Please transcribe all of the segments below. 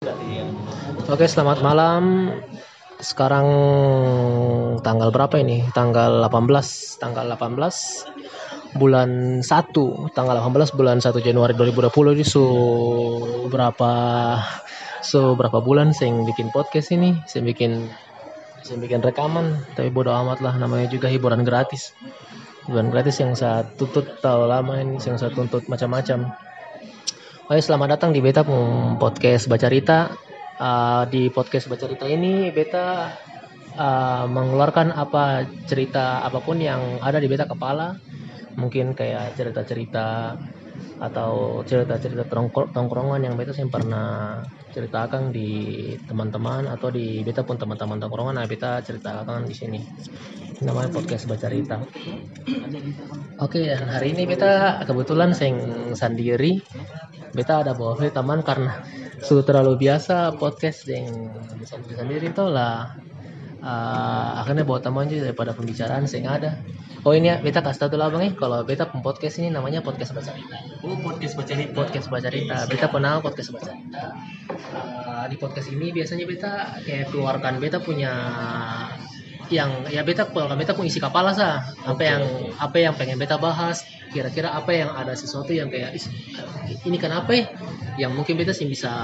Oke, selamat malam. Sekarang tanggal berapa ini? Tanggal 18 bulan 1, tanggal 18 bulan 1 Januari 2020 ini berapa bulan saya bikin podcast ini, saya bikin rekaman, tapi bodo amat lah, namanya juga hiburan gratis. Hiburan gratis yang saya tuntut tahu lama ini, yang saya tuntut macam-macam. Oke, selamat datang di Beta podcast Baca Rita. Di podcast Baca Rita ini Beta mengeluarkan cerita apapun yang ada di Beta kepala. Mungkin kayak cerita-cerita atau cerita-cerita tongkrongan yang Beta yang pernah ceritakan di teman-teman atau di Beta pun teman-teman tongkrongan. Beta ceritakan di sini. Namanya podcast Baca Rita. Oke, dan hari ini Beta kebetulan sendiri. Beta ada bawa teman karena sudah terlalu biasa podcast yang sendiri itu lah. Akhirnya bawa teman juga daripada pembicaraan yang ada. Oh ini ya, Beta kasih tahu dulu abang kalau Beta podcast ini namanya podcast Baca Rita. Podcast Baca Rita. Podcast Baca Rita. Beta kenal podcast Baca Rita. Di podcast ini biasanya Beta kayak keluarkan Beta punya Beta punya isi kepala apa yang pengen Beta bahas, kira-kira apa yang ada sesuatu yang kayak ini kenapa yang mungkin Beta sih bisa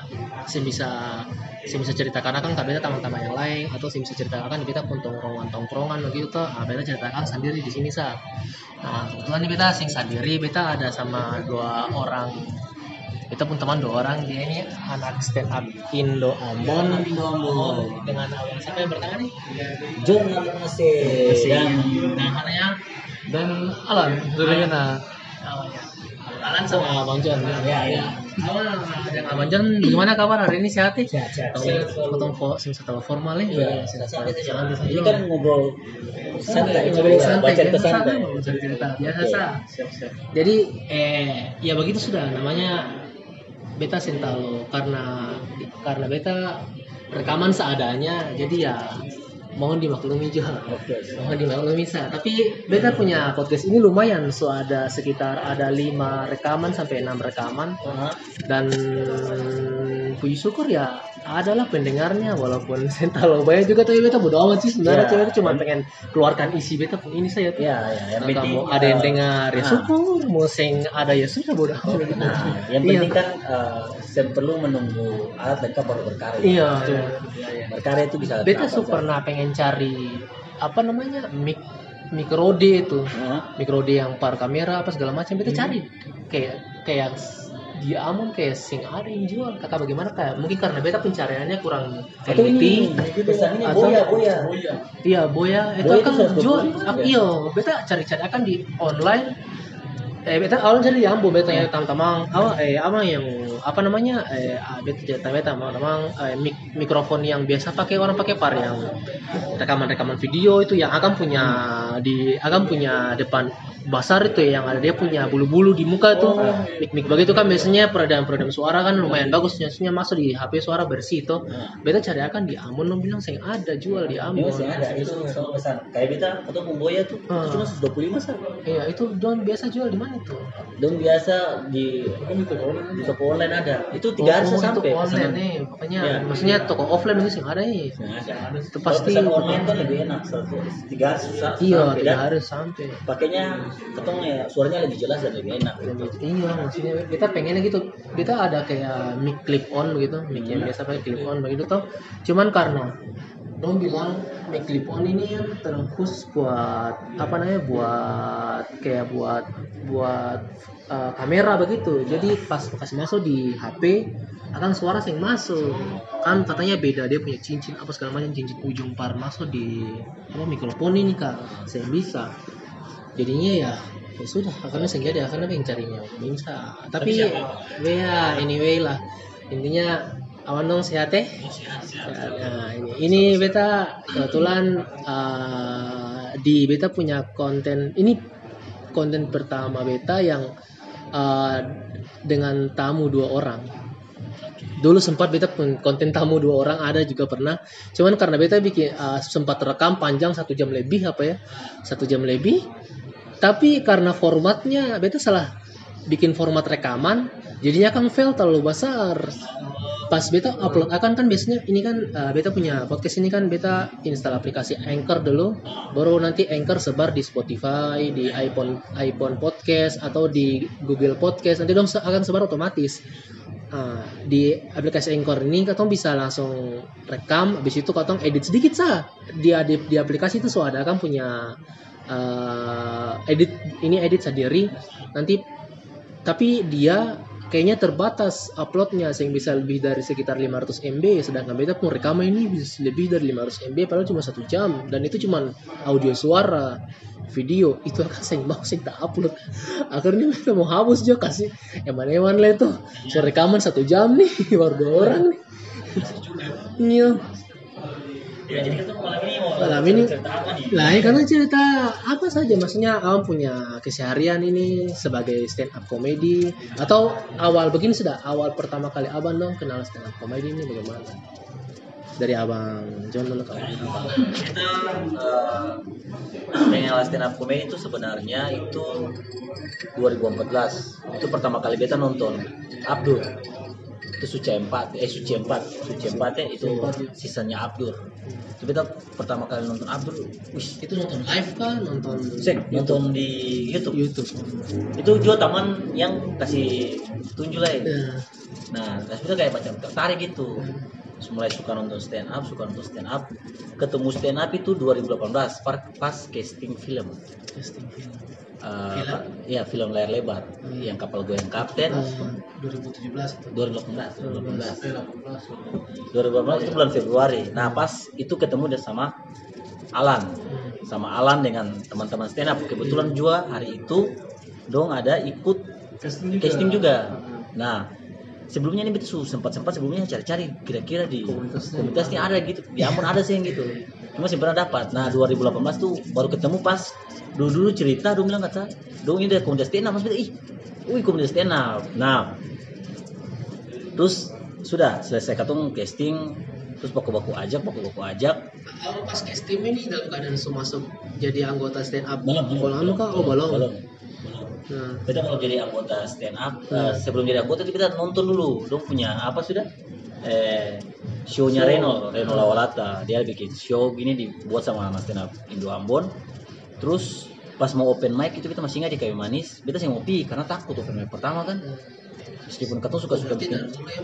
ceritakan akan Beta teman-teman yang lain, atau sih bisa ceritakan Beta pun tongkrongan begitu tuh. Beta ceritakan sendiri di sini sa. Kebetulan nih Beta sendiri, Beta ada sama 2 orang. Kita pun teman 2 orang, dia ini anak stand up Indo Ambon dengan awal siapa yang bertangan nih? John Masih dan Alan dulunya Alan sama Bang John. Ya. Dan Abang John gimana kabar hari ini, sehat ya? Sehat. Potong setelah formal ya. Ini kan ngobrol santai, cerita biasa sa. Jadi ya begitu sudah namanya Beta sentalo karena Beta rekaman seadanya, jadi ya mohon dimaklumi juga. Mohon dimaklumi sa. Tapi Beta punya podcast ini lumayan, ada sekitar 5 rekaman sampai 6 rekaman. Dan puji syukur ya adalah pendengarnya, walaupun sentalo banyak juga, tapi Beta bodo amat sih sebenarnya. Beta cuma pengen keluarkan isi Beta pun ini saya tuh. Yang penting mau ada yang dengar ya syukur, mau sing ada ya sudah, bodo amat. Yang penting kan perlu menunggu alat lengkap baru berkarya. Iya. Berkarya itu bisa. Beta pernah pengen cari mikrode itu, mikrode yang par kamera apa segala macam. Beta cari kayak di Amun kayak sing ada yang jual. Kakak bagaimana, kayak mungkin karena Beta pencariannya kurang teliti. Biasanya boya. Iya, boya itu akan jual. Iya, Beta cari akan di online. Beta awalnya cari di Ambo, Beta ya teman-teman Beta cerita teman-teman mikrofon yang biasa orang pakai par yang rekaman video itu, yang akan punya depan besar itu yang ada dia punya bulu-bulu di muka tuh. Mik begitu kan biasanya peredam suara kan lumayan bagus, biasanya masuk di HP suara bersih tuh. Beta cari akan di Ambon, lo bilang saya ada jual di Ambon. Ada itu sama besar. Kayak Beta atau Pemboya tuh itu cuma 125 sah. Iya, itu don biasa jual di mana tuh? Don biasa di toko online ada. Itu 300 sampai. Itu online nih, pokoknya maksudnya toko offline itu sih ada nih. Itu pasti online kan lebih enak. 300 iya, 300 sampai. Pakainya ketong ya suaranya lebih jelas dan lebih enak. Iya, maksudnya kita pengennya gitu. Kita ada kayak mic clip on begitu, mic yang biasa pakai clip on begitu toh. Cuman karena dong bilang mic clip on ini yang khusus buat buat kamera begitu. Jadi pas kasih masuk di HP akan suara yang masuk. Kan katanya beda, dia punya cincin apa segala macam, cincin ujung par masuk di mikrofon ini Kak. Saya bisa. Jadinya ya sudah, akhirnya pengen carinya bisa. Tapi ya anyway lah, intinya awan dong, sehat ya. Nah, ini Beta kebetulan di Beta punya konten pertama Beta yang dengan tamu 2 orang. Dulu sempat Beta pun konten tamu 2 orang ada juga pernah. Cuman karena Beta bikin sempat rekam panjang 1 jam lebih 1 jam lebih. Tapi karena formatnya Beta salah bikin format rekaman, jadinya kan file terlalu besar. pas beta upload kan biasanya ini kan beta punya podcast ini kan beta install aplikasi Anchor dulu, baru nanti Anchor sebar di Spotify, di iPhone Podcast atau di Google Podcast, nanti dong akan sebar otomatis. Di aplikasi Anchor ini katong bisa langsung rekam, habis itu katong edit sedikit di aplikasi itu ada kan punya edit sendiri nanti, tapi dia kayaknya terbatas uploadnya sehingga bisa lebih dari sekitar 500 MB, sedangkan beta pun rekaman ini bisa lebih dari 500 MB padahal cuma 1 jam, dan itu cuma audio suara, video itu akan saya mau saya tak upload. Akhirnya beta mau hapus juga, kasih eman lah itu so rekaman 1 jam nih baru 2 orang nih. Iya. Ya, jadi kita malam ini cerita apa nih? lah ya, karena cerita apa saja, maksudnya abang punya keseharian ini sebagai stand up comedy, atau awal pertama kali abang dong kenal stand up comedy ini bagaimana? Dari abang John dulu kalau Kita mengenal stand up comedy itu sebenarnya itu 2014. Itu pertama kali beta nonton Abdur. Itu Suci 4 ya, itu seasonnya Abdur. Itu beta pertama kali nonton Abdur. itu nonton live kan, nonton di YouTube. Itu juga teman yang kasih tunjuk lah. Nah, itu kayak macam tertarik gitu. Terus mulai suka nonton stand up. Ketemu stand up itu 2018 pas casting film. Ya film layar lebar yang kapal goyang kapten 2017 2018 itu bulan Februari. Nah pas itu ketemu sama Alan dengan teman-teman stand up. Kebetulan juga hari itu dong ada ikut casting juga. Nah sebelumnya ini betul sempat sebelumnya cari-cari kira-kira di komunitasnya ada gitu, di Ambon ada sih yang gitu, cuma sih pernah dapat. Nah 2018 tuh baru ketemu pas dulu cerita dong bilang kata dong ini ada komunitas stand up, mas komunitas stand up. Nah terus sudah selesai katong casting, terus baku-baku ajak Kalau pas casting ini dalam keadaan masuk jadi anggota stand up belum kah? Belum. Nah, kita kalau jadi anggota stand up sebelum jadi anggota itu kita nonton dulu dong punya apa sudah show-nya Reno Lawalata. Dia bikin show gini dibuat sama stand up Indo Ambon. Terus pas mau open mic itu kita masih ingat di Kayu Manis, kita sih ngopi karena takut open mic pertama kan. Meskipun katong suka bikin.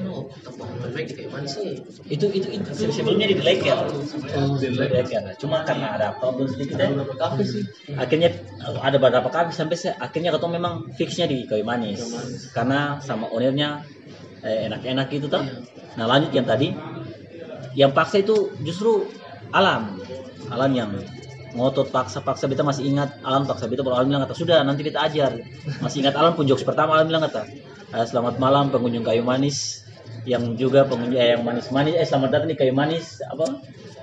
Itu sebelumnya di Leker. Cuma karena ada problem sedikit ya. Akhirnya ada beberapa kafe sampai akhirnya katong memang fixnya di Kayu Manis. Karena sama ownernya enak-enak gitu toh. Nah lanjut yang tadi, yang paksa itu justru Alan yang ngotot paksa beta masih ingat Alan paksa beta, baru Alan bilang kata sudah nanti beta ajar. Masih ingat Alan pun jokes pertama Alan bilang kata selamat malam pengunjung Kayu Manis, yang juga pengunjung yang manis-manis, selamat datang di Kayu Manis apa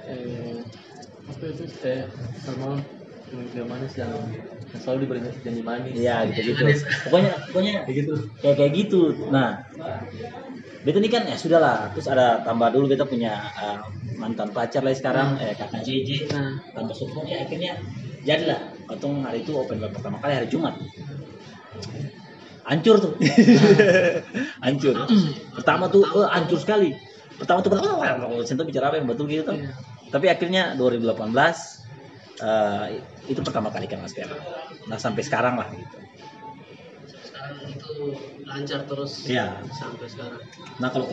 itu sama pengunjung Kayu Manis yang selalu diberi janji manis. Iya gitu. Pokoknya kayak gitu. Nah beta ini kan ya sudahlah, terus ada tambah dulu beta punya mantan pacar lah sekarang kakak JJ, tambah support ya akhirnya jadilah katong hari itu open bar pertama kali hari Jumat. Hancur tuh. Hancur. Pertama tuh hancur sekali. Pertama sentuh bicara apa yang betul gitu tuh. Tapi akhirnya 2018 itu pertama kali kan Mas Tiara. Nah sampai sekarang lah gitu. Sekarang itu lancar terus. Iya. Sampai sekarang. Nah kalau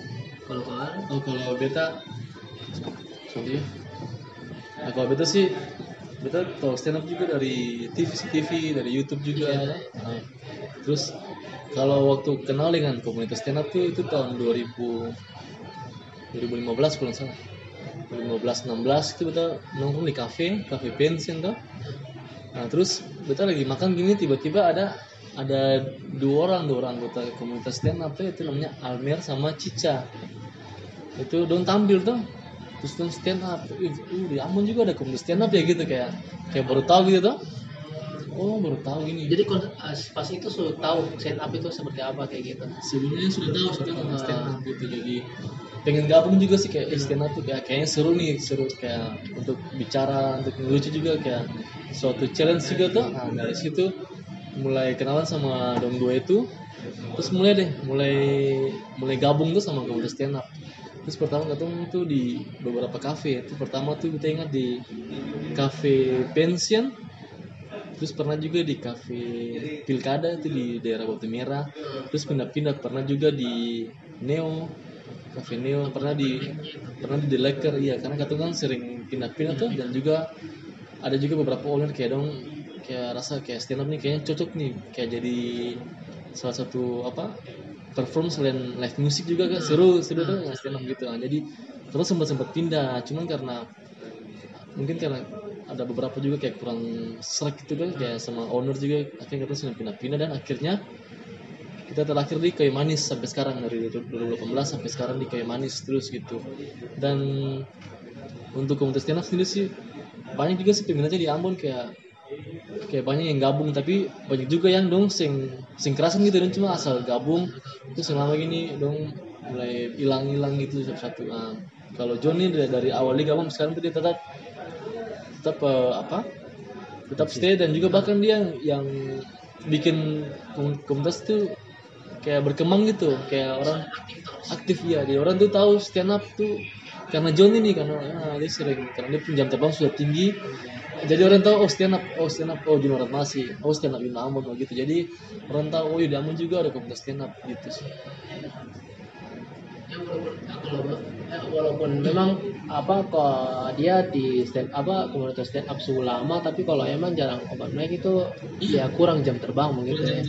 beta sorry. Nah kalau beta sih beta tahu stand up juga dari TV, dari YouTube juga. Nah, terus kalau waktu kenal dengan komunitas stand up tuh itu tahun 2015 kalau nggak salah. 2015-16 itu beta nongkrong di kafe pension tuh. Nah terus beta lagi makan gini tiba-tiba ada dua orang anggota komunitas stand up tuh, itu namanya Almer sama Cica. Itu dong tampil tuh. Terus dong stand up. Di Ambon juga ada komunitas stand up ya gitu, kayak baru tahu gitu tuh. Oh baru tahu ini. Jadi pas itu sudah tahu stand up itu seperti apa kayak gitu. Sebelumnya sudah tahu tentang stand up gitu. Jadi pengen gabung juga sih kayak stand up tuh kayaknya seru kayak untuk bicara, untuk ngelucu juga, kayak suatu challenge juga tuh. Nah dari situ mulai kenalan sama dong dua itu. Terus mulai gabung tuh sama komunitas stand up. Terus pertama ketemu tuh di beberapa kafe. Itu pertama tuh kita ingat di kafe Pension. Terus pernah juga di kafe Pilkada itu di daerah Batu Merah. Terus pindah-pindah pernah juga di Neo, kafe Neo, pernah di The Laker, iya, karena kita kan sering pindah-pindah tuh. Dan juga ada juga beberapa owner kayak rasa kayak stand up nih kayaknya cocok nih kayak jadi salah satu perform selain live musik juga kan seru tuh nggak stand up gitu. Nah, jadi terus sempat pindah, cuman karena ada beberapa juga kayak kurang serak gitu kan, kayak sama owner juga, akhirnya kita sudah pindah-pindah. Dan akhirnya kita terakhir di Kayu Manis sampai sekarang, dari 2018 sampai sekarang di Kayu Manis terus gitu. Dan untuk komunitas stand up sendiri sih banyak juga sih peminatnya di Ambon, kayak banyak yang gabung, tapi banyak juga yang sing kerasan gitu dan cuma asal gabung terus selama gini mulai hilang gitu satu-satu. Nah, kalau John ini dari awal dia gabung, sekarang tuh dia tetap stay, dan juga bahkan dia yang bikin komunitas tuh kayak berkembang gitu, kayak orang aktif ya. Jadi orang tuh tahu stand up tuh karena John ini, karena dia punya jam terbang sudah tinggi. Jadi orang tahu stand up di Norat Masih, stand up di Ambon gitu. Jadi orang tahu di Ambon juga ada komunitas stand up gitu sih. Walaupun memang kalau dia di komunitas stand up sudah lama, tapi kalau emang jarang open mic itu ya kurang jam terbang begitu ya.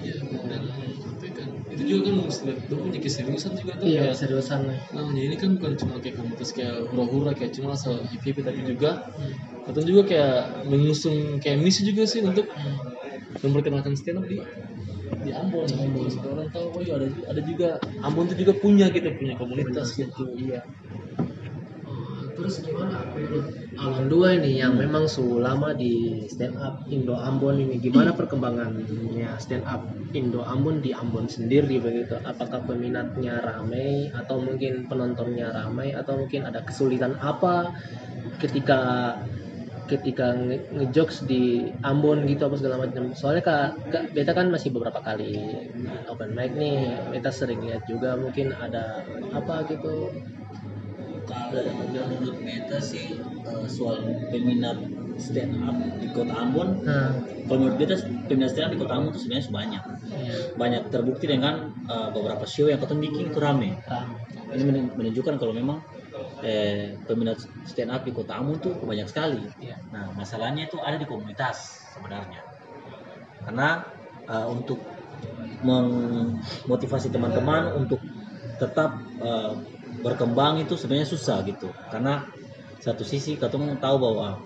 Itu juga kan itu punya keseriusan juga tuh. Iya, keseriusan. Nah, ini kan bukan cuma kayak komunitas kayak hura-hura kayak cuma asal happy, tapi juga atau juga kayak mengusung kayak misi juga sih untuk memperkenalkan stand up di Ambon. Orang tahu ada juga Ambon tuh juga punya komunitas gitu. Iya. Terus gimana menurut Alan dua ini yang memang lama di stand up Indo Ambon ini, gimana perkembangannya stand up Indo Ambon di Ambon sendiri begitu? Apakah peminatnya ramai atau mungkin penontonnya ramai, atau mungkin ada kesulitan apa ketika ngejokes di Ambon gitu apa segala macam? Soalnya beta kan masih beberapa kali open mic nih, beta sering lihat juga mungkin ada apa gitu. Kalau menurut beta sih soal peminat stand up di Kota Ambon, kalau menurut beta peminat stand up di Kota Ambon itu sebenarnya banyak. Banyak terbukti dengan beberapa show yang ketemu bikin itu rame. Ini menunjukkan kalau memang peminat stand up di Kota Ambon tuh banyak sekali. Nah, masalahnya itu ada di komunitas sebenarnya. Karena untuk memotivasi teman-teman untuk tetap berkembang itu sebenarnya susah gitu. Karena satu sisi kita tahu bahwa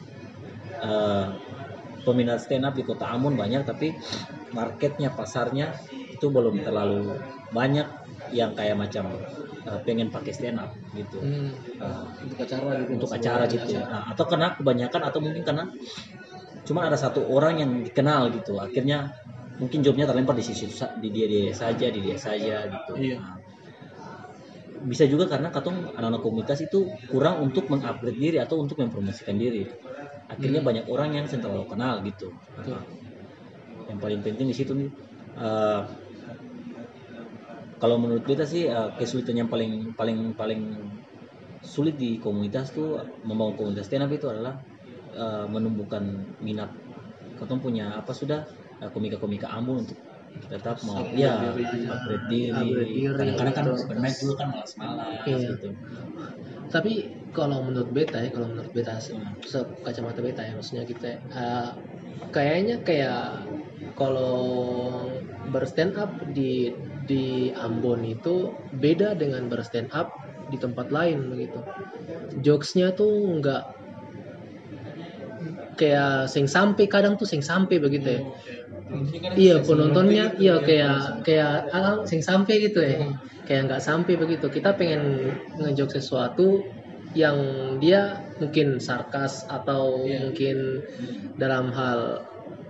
peminat stand up di Kota Ambon banyak, tapi marketnya, pasarnya itu belum terlalu banyak yang kayak macam pengen pakai stand up gitu. Untuk acara gitu. Nah, atau karena kebanyakan, atau mungkin karena cuma ada satu orang yang dikenal gitu. Akhirnya mungkin jobnya terlempar di dia saja gitu. Nah, bisa juga karena anak-anak komunitas itu kurang untuk mengupgrade diri atau untuk mempromosikan diri. Akhirnya banyak orang yang terlalu kenal gitu. Yang paling penting di situ nih, kalau menurut kita sih kesulitan yang paling sulit di komunitas tuh, membangun komunitas stand up itu adalah menumbuhkan minat. Kita punya komika-komika Ambon untuk tetap mau upgrade diri. Kadang-kadang kan sebenarnya dulu kan malas-malas gitu. Tapi kalau menurut beta kacamata beta ya, maksudnya kita kayaknya kayak kalau berstand up di Ambon itu beda dengan berstand up di tempat lain begitu. Jokesnya tuh enggak kayak sing sampai begitu ya. Iya, penontonnya kayak sing sampai gitu ya. Kayak nggak sampai begitu. Kita pengen ngejok sesuatu yang dia mungkin sarkas atau mungkin dalam hal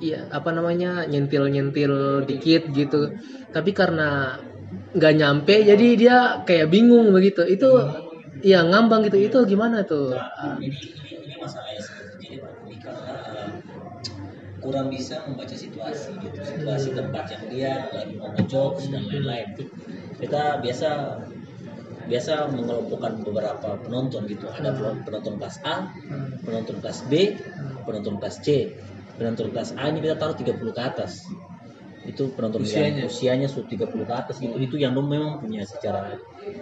nyentil dikit gitu. Tapi karena nggak nyampe, jadi dia kayak bingung begitu. Itu ngambang gitu. Itu gimana tuh? Ini masalahnya sebenarnya karena kurang bisa membaca situasi gitu, situasi tempat yang dia lagi mau ngejokes dan lain-lain. Kita biasa mengelompokkan beberapa penonton gitu. Ada penonton kelas A, penonton kelas B, penonton kelas C. Penonton kelas A ini kita taruh 30 ke atas. Itu penonton yang usianya 30 ke atas gitu. Itu yang memang punya secara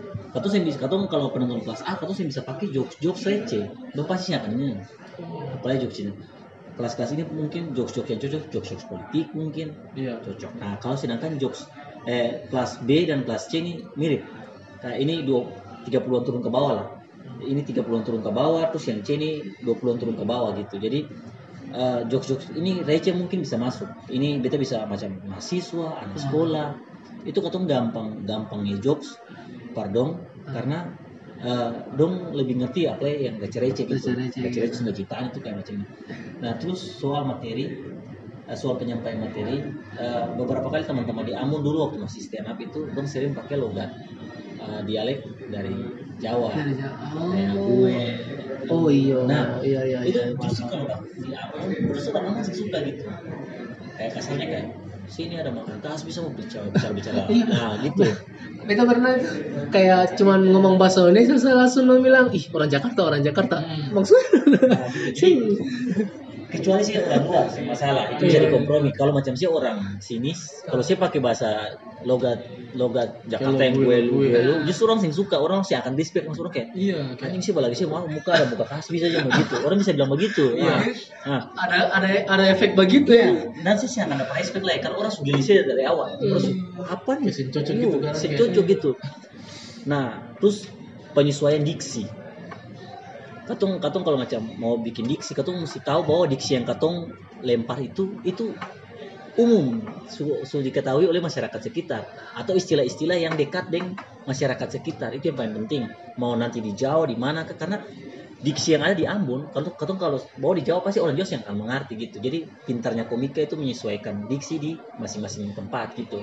kalau penonton kelas A bisa pakai jokes receh. Lo pasti akan nyanyi. Apalagi jokes ini. Kelas-kelas ini mungkin jokes yang cocok, jokes politik mungkin. Iya. Cocok. Nah, kalau sedangkan jokes kelas B dan kelas C ini mirip. Nah, ini 30-an turun ke bawah lah. Ini 30-an turun ke bawah, terus yang C ini 20-an turun ke bawah gitu. Jadi jokes-jokes ini receh mungkin bisa masuk. Ini beta bisa macam mahasiswa, anak sekolah. Itu katong gampang jokes, karena dong lebih ngerti apa yang receh gitu. Receh sudah jutaan itu kayak macam ini. Nah, terus soal materi, soal penyampaian materi, beberapa kali teman-teman di Ambon dulu waktu masih stand up itu dong sering pakai logat dialek dari Jawa. Kayak gue. Oh iya. Nah, iya. Itu justru kalau di Ambon, justru orang masih suka gitu. Kayak kasarnya kayak sini ada makan tas bisa mau bicara. Nah, gitu. Beta pernah itu kayak cuman ngomong bahasa Indonesia saya langsung bilang, ih orang Jakarta. Maksudnya sih. Kecuali sih orang luar sih masalah itu bisa dikompromi. Kalau macam sih orang sini, kalau saya pakai bahasa logat Jakarta yang gue lu, justru orang sih suka, orang sih akan respect langsung kayak anjing sih balagi sih mau ada muka kasbi saja begitu. Orang bisa bilang begitu. Nah, ada efek begitu ya. Dan saya sih akan dapat respect lah karena orang sudah lihat dari awal. Terus apa nih? Cocok gitu kan. Cocok gitu. Nah, terus penyesuaian diksi. Katong kalau macam mau bikin diksi, katong mesti tahu bahwa diksi yang katong lempar itu umum, sudah diketahui oleh masyarakat sekitar atau istilah-istilah yang dekat dengan masyarakat sekitar. Itu yang paling penting. Mau nanti di Jawa di mana, karena diksi yang ada di Ambon, katong kalau bawa di Jawa pasti orang Jawa yang akan mengerti gitu. Jadi pintarnya komika itu menyesuaikan diksi di masing-masing tempat gitu.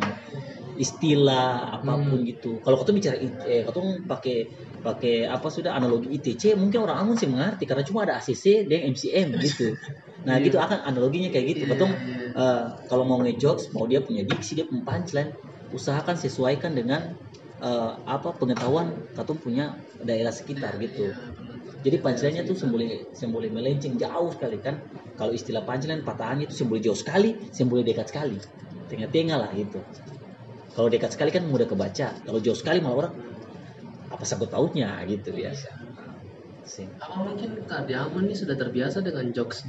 Istilah apapun gitu. Kalau katong bicara katong pakai apa sudah analogi ITC, mungkin orang Ambon sih mengerti karena cuma ada ACC dan MCM gitu. Nah, gitu akan analoginya kayak gitu. Katong kalau mau ngejokes, mau dia punya diksi, dia punya punchline, usahakan sesuaikan dengan pengetahuan katong punya daerah sekitar gitu. Jadi punchline-nya tuh boleh melenceng jauh sekali kan. Kalau istilah punchline patahannya itu boleh jauh sekali, boleh dekat sekali. Tengah-tengah lah gitu. Kalau dekat sekali kan mudah kebaca. Kalau jauh sekali malah orang apa sangkut pautnya gitu biasa. Apa mungkin di Ambon ini sudah terbiasa dengan jokes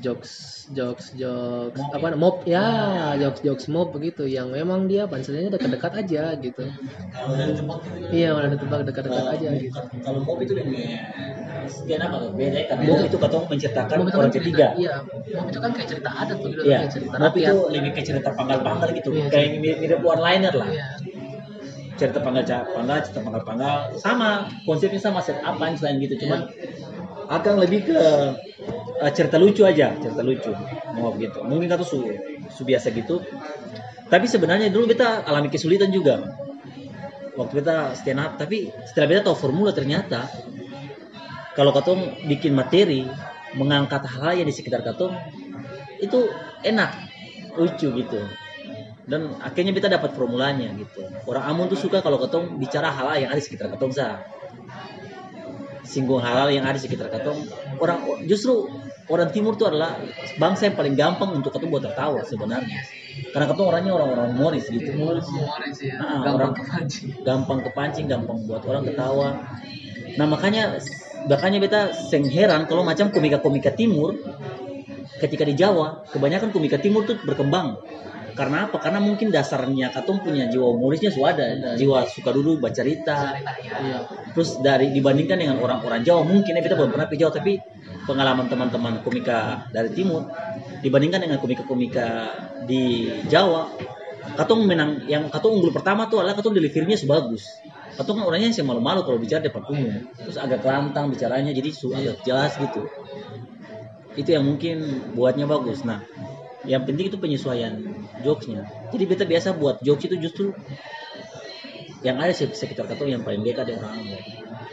apa mob ya, jokes mob begitu yang memang dia punchline-nya dekat-dekat aja gitu. Kalau dari tempat Iya, udah tebak dekat-dekat aja gitu. Kalau mob itu lebih sekian apa beda karena mob itu katong menceritakan orang ketiga. Iya, mob itu kan kayak cerita adat begitu, Iya. kayak cerita Mob itu rakyat. lebih kayak cerita panggal-panggal gitu, Iya, kayak mirip one liner lah. Iya. Cerita panggal sama konsepnya sama set up punchline gitu, cuman akan lebih ke cerita lucu mau gitu. Mungkin kata su biasa gitu, tapi sebenarnya dulu kita alami kesulitan juga waktu kita stand up. Tapi setelah kita tahu formula, ternyata kalau katong bikin materi mengangkat hal yang di sekitar katong itu enak, lucu gitu. Dan akhirnya kita dapat formulanya gitu. Orang Ambon tuh suka kalau katong bicara hal yang ada di sekitar katong singgung hal yang ada di sekitar katong. Justru orang Timur tuh adalah bangsa yang paling gampang untuk katong buat tertawa sebenarnya. Karena katong orangnya orang humoris gitu. Humoris ya. Gampang kepancing, gampang buat orang ketawa. Nah, makanya beta seng heran kalau macam komika-komika Timur ketika di Jawa, kebanyakan komika Timur tuh berkembang. Karena apa? Karena mungkin dasarnya katong punya jiwa humorisnya sudah ada, jiwa suka duduk baca cerita. Iya. Terus dibandingkan dengan orang-orang Jawa, mungkin kita belum pernah ke Jawa, tapi pengalaman teman-teman komika dari Timur dibandingkan dengan komika-komika di Jawa, katong yang katong unggul pertama tuh adalah katong delivery-nya bagus. Katong kan orangnya yang malu-malu kalau bicara depan umum, terus agak kelantang bicaranya, jadi agak jelas gitu. Itu yang mungkin buatnya bagus. Nah, yang penting itu penyesuaian jokesnya. Jadi beta biasa buat jokes itu justru yang ada di sekitar katong yang paling dekat dengan orang.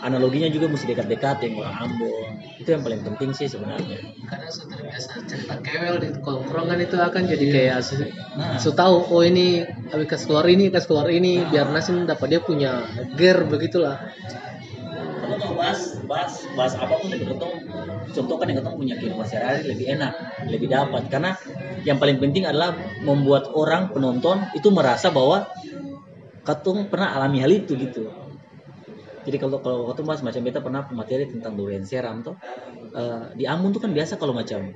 analoginya juga mesti dekat-dekat yang orang Ambon. Itu yang paling penting sih sebenarnya. Karena sudah terbiasa cerita kewel di tongkrongan itu akan jadi kayak tahu oh ini kas keluar ini biar Nasim dapat dia punya gear begitulah. Kalau mau bahas apapun yang ketemu, contoh kan yang ketemu punya kehidupan sehari-hari lebih enak, lebih dapat. Karena yang paling penting adalah membuat orang penonton itu merasa bahwa Katung pernah alami hal itu gitu. Jadi kalau Katung bahas macam beta pernah materi tentang durian seram tuh di Ambon tuh kan biasa kalau macam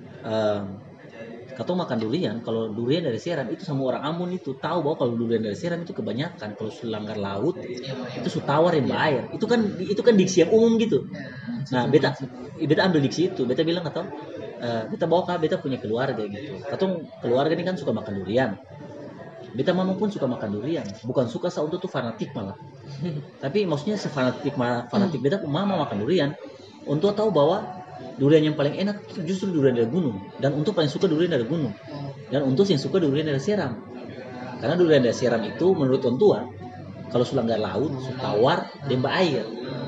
Katung makan durian, kalau durian dari Seram itu semua orang Ambon itu tahu bahwa kalau durian dari Seram itu kebanyakan kalau Langgar Laut itu Sutawar yang bayar. Itu kan diksi yang umum gitu. Nah, beta ambil diksi itu, beta bilang atau beta bawa ke beta punya keluarga gitu. Katung keluarga ini kan suka makan durian. Beta mama pun suka makan durian, bukan suka untuk tuh fanatik malah. Tapi maksudnya fanatik beta pun mama makan durian. Untuk tahu bahwa durian yang paling enak itu justru durian dari gunung, dan untuk paling suka durian dari gunung, dan untuk yang suka durian dari Seram. Karena durian dari Seram itu menurut orang tua kalau Sulanggar Laut, Sutawar, Demba Air.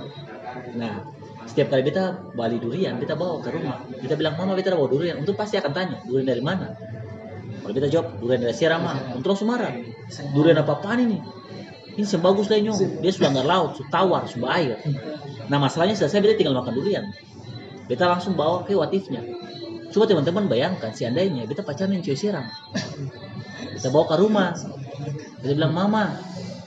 Nah, setiap kali beta bali durian, beta bawa ke rumah. Beta bilang, mama beta bawa durian. Untuk pasti akan tanya, durian dari mana? Kalau beta jawab, durian dari Seram mah. Untuk langsung marah. Durian apa-apaan ini? Ini sebagus lah nyong. Dia Sulanggar Laut, Sutawar, Sumba Air. Nah, masalahnya selesai beta tinggal makan durian. Beta langsung bawa ke watifnya. Coba teman-teman bayangkan, seandainya beta pacaran dengan cewek Seram. Beta bawa ke rumah. Beta bilang, mama,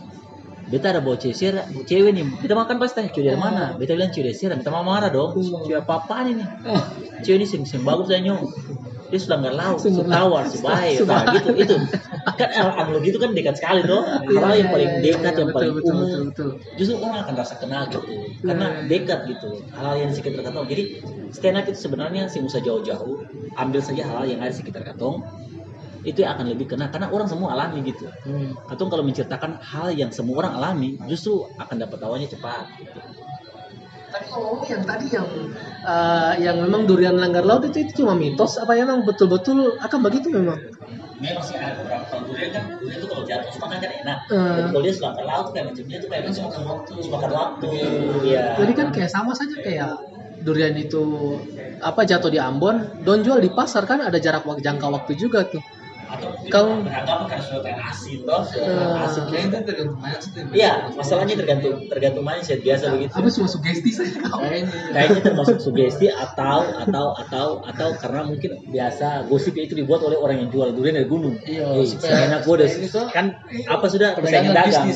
beta ada bawa cewek nih. Beta makan pasti tanya, cewek dari mana? Beta bilang cewek dari Seram. Beta mama marah dong. Cewek apa-apaan ini? Cewek ini sing bagus lah nyong. Dia Sulanggar Laut, Sutawar, Subair. Nah gitu, itu. Kan analogi itu kan dekat sekali dong. Hal yang paling dekat, yang paling umum. Justru orang akan rasa kenal gitu. Karena dekat gitu. Hal yang di sekitar Katong. Jadi stand up itu sebenarnya sih usah jauh-jauh. Ambil saja hal yang ada di sekitar Katong. Itu yang akan lebih kena. Karena orang semua alami gitu. Katong kalau menceritakan hal yang semua orang alami, justru akan dapat tawanya cepat gitu. Tapi ngomong yang tadi yang memang durian Langgar Laut itu cuma mitos apa memang betul-betul akan begitu memang? Memang sih ada beberapa kalau durian itu kalau jatuh makan kan enak. Kalau dia Langgar Laut kayak macam dia tuh kayak makan waktu. Iya. Jadi kan kayak sama saja kayak durian itu jatuh di Ambon, don jual di pasar kan ada jarak jangka waktu juga tuh. Atau Kalau beranggapan karena sudah kayak asin toh, asin Kayaknya itu tergantung mindset. Iya, masalahnya tergantung mindset biasa begitu. apa cuma sugesti saja Kayaknya termasuk sugesti atau karena mungkin biasa gosip itu dibuat oleh orang yang jual durian dari gunung. Iya, enak gue deh. Kan apa sudah persaingan dagang.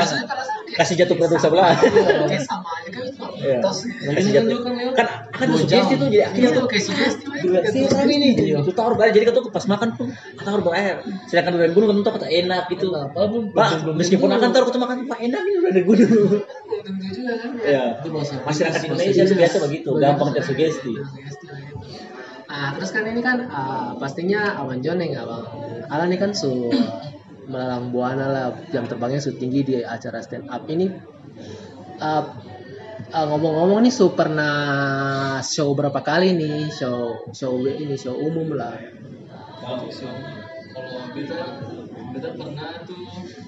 Kasih jatuh produk sebelah. Kayak sama aja kan itu mitos. Kasih jatuh. Kan sugesti tuh jadi akhirnya Itu kayak sugesti. Durian ini itu tahu banget. Jadi kalau pas makan pun tahu berair. Sedangkan durian gunung kan kata enak gitu. Pak, meskipun akan taruh kita makan Pak enak ini durian dari gunung. Tentu juga kan. Iya. Masyarakat Indonesia itu biasa begitu, gampang tersugesti. Nah, terus kan ini kan pastinya Abang Joneng, Abang Alan ini kan melalang buana lah, jam terbangnya tinggi di acara stand up ini. Ngomong-ngomong nih pernah show berapa kali nih? Show umum lah. Kalau beta pernah tuh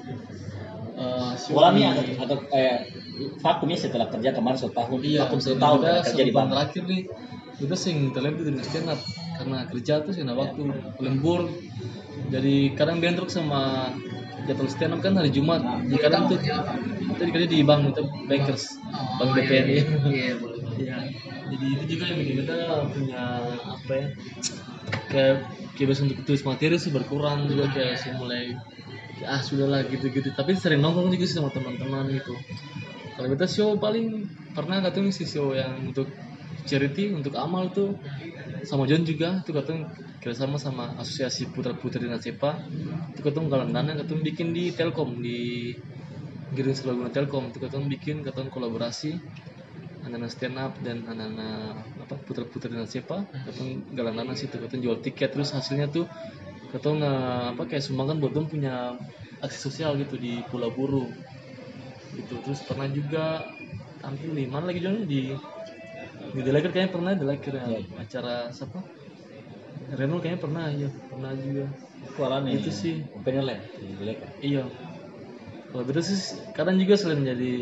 Walami atau vakumnya setelah kerja kemarin 1 tahun. Iya, vakum 1 tahun kerja di bank. terakhir nih kita sing terlebih dari stand up karena kerja tuh sih waktu lembur. Jadi kadang bentrok sama jadwal stand up kan hari Jumat. Jadi kadang tuh kita kerja di bank itu bankers, bank BPN. Iya, boleh. Iya. Jadi itu juga yang bikin kita punya apa ya? Kayak biasa untuk tulis materi sih berkurang juga kayak sih mulai sudahlah gitu-gitu. Tapi sering nongkrong juga sih sama teman-teman gitu. Kalau kita show paling pernah katanya sih show yang untuk charity, untuk amal tuh sama John juga itu katanya kerjasama sama asosiasi putra-putri Nasepa itu katanya galang dana katanya bikin di Telkom di Giring Serbaguna Telkom itu katanya bikin katanya kolaborasi anak-anak stand up dan anak-anak putra-putri Nasepa katanya galang dana sih itu katanya jual tiket terus hasilnya tuh katanya kayak sumbangan buat dong punya aksi sosial gitu di Pulau Buru gitu. Terus pernah juga tampil di mana lagi John di Delaker kayaknya pernah Delaker ya. Acara siapa Renul kayaknya pernah juga Kualane itu sih penilai di Delaker. Iya kalau gitu sih kadang juga selain menjadi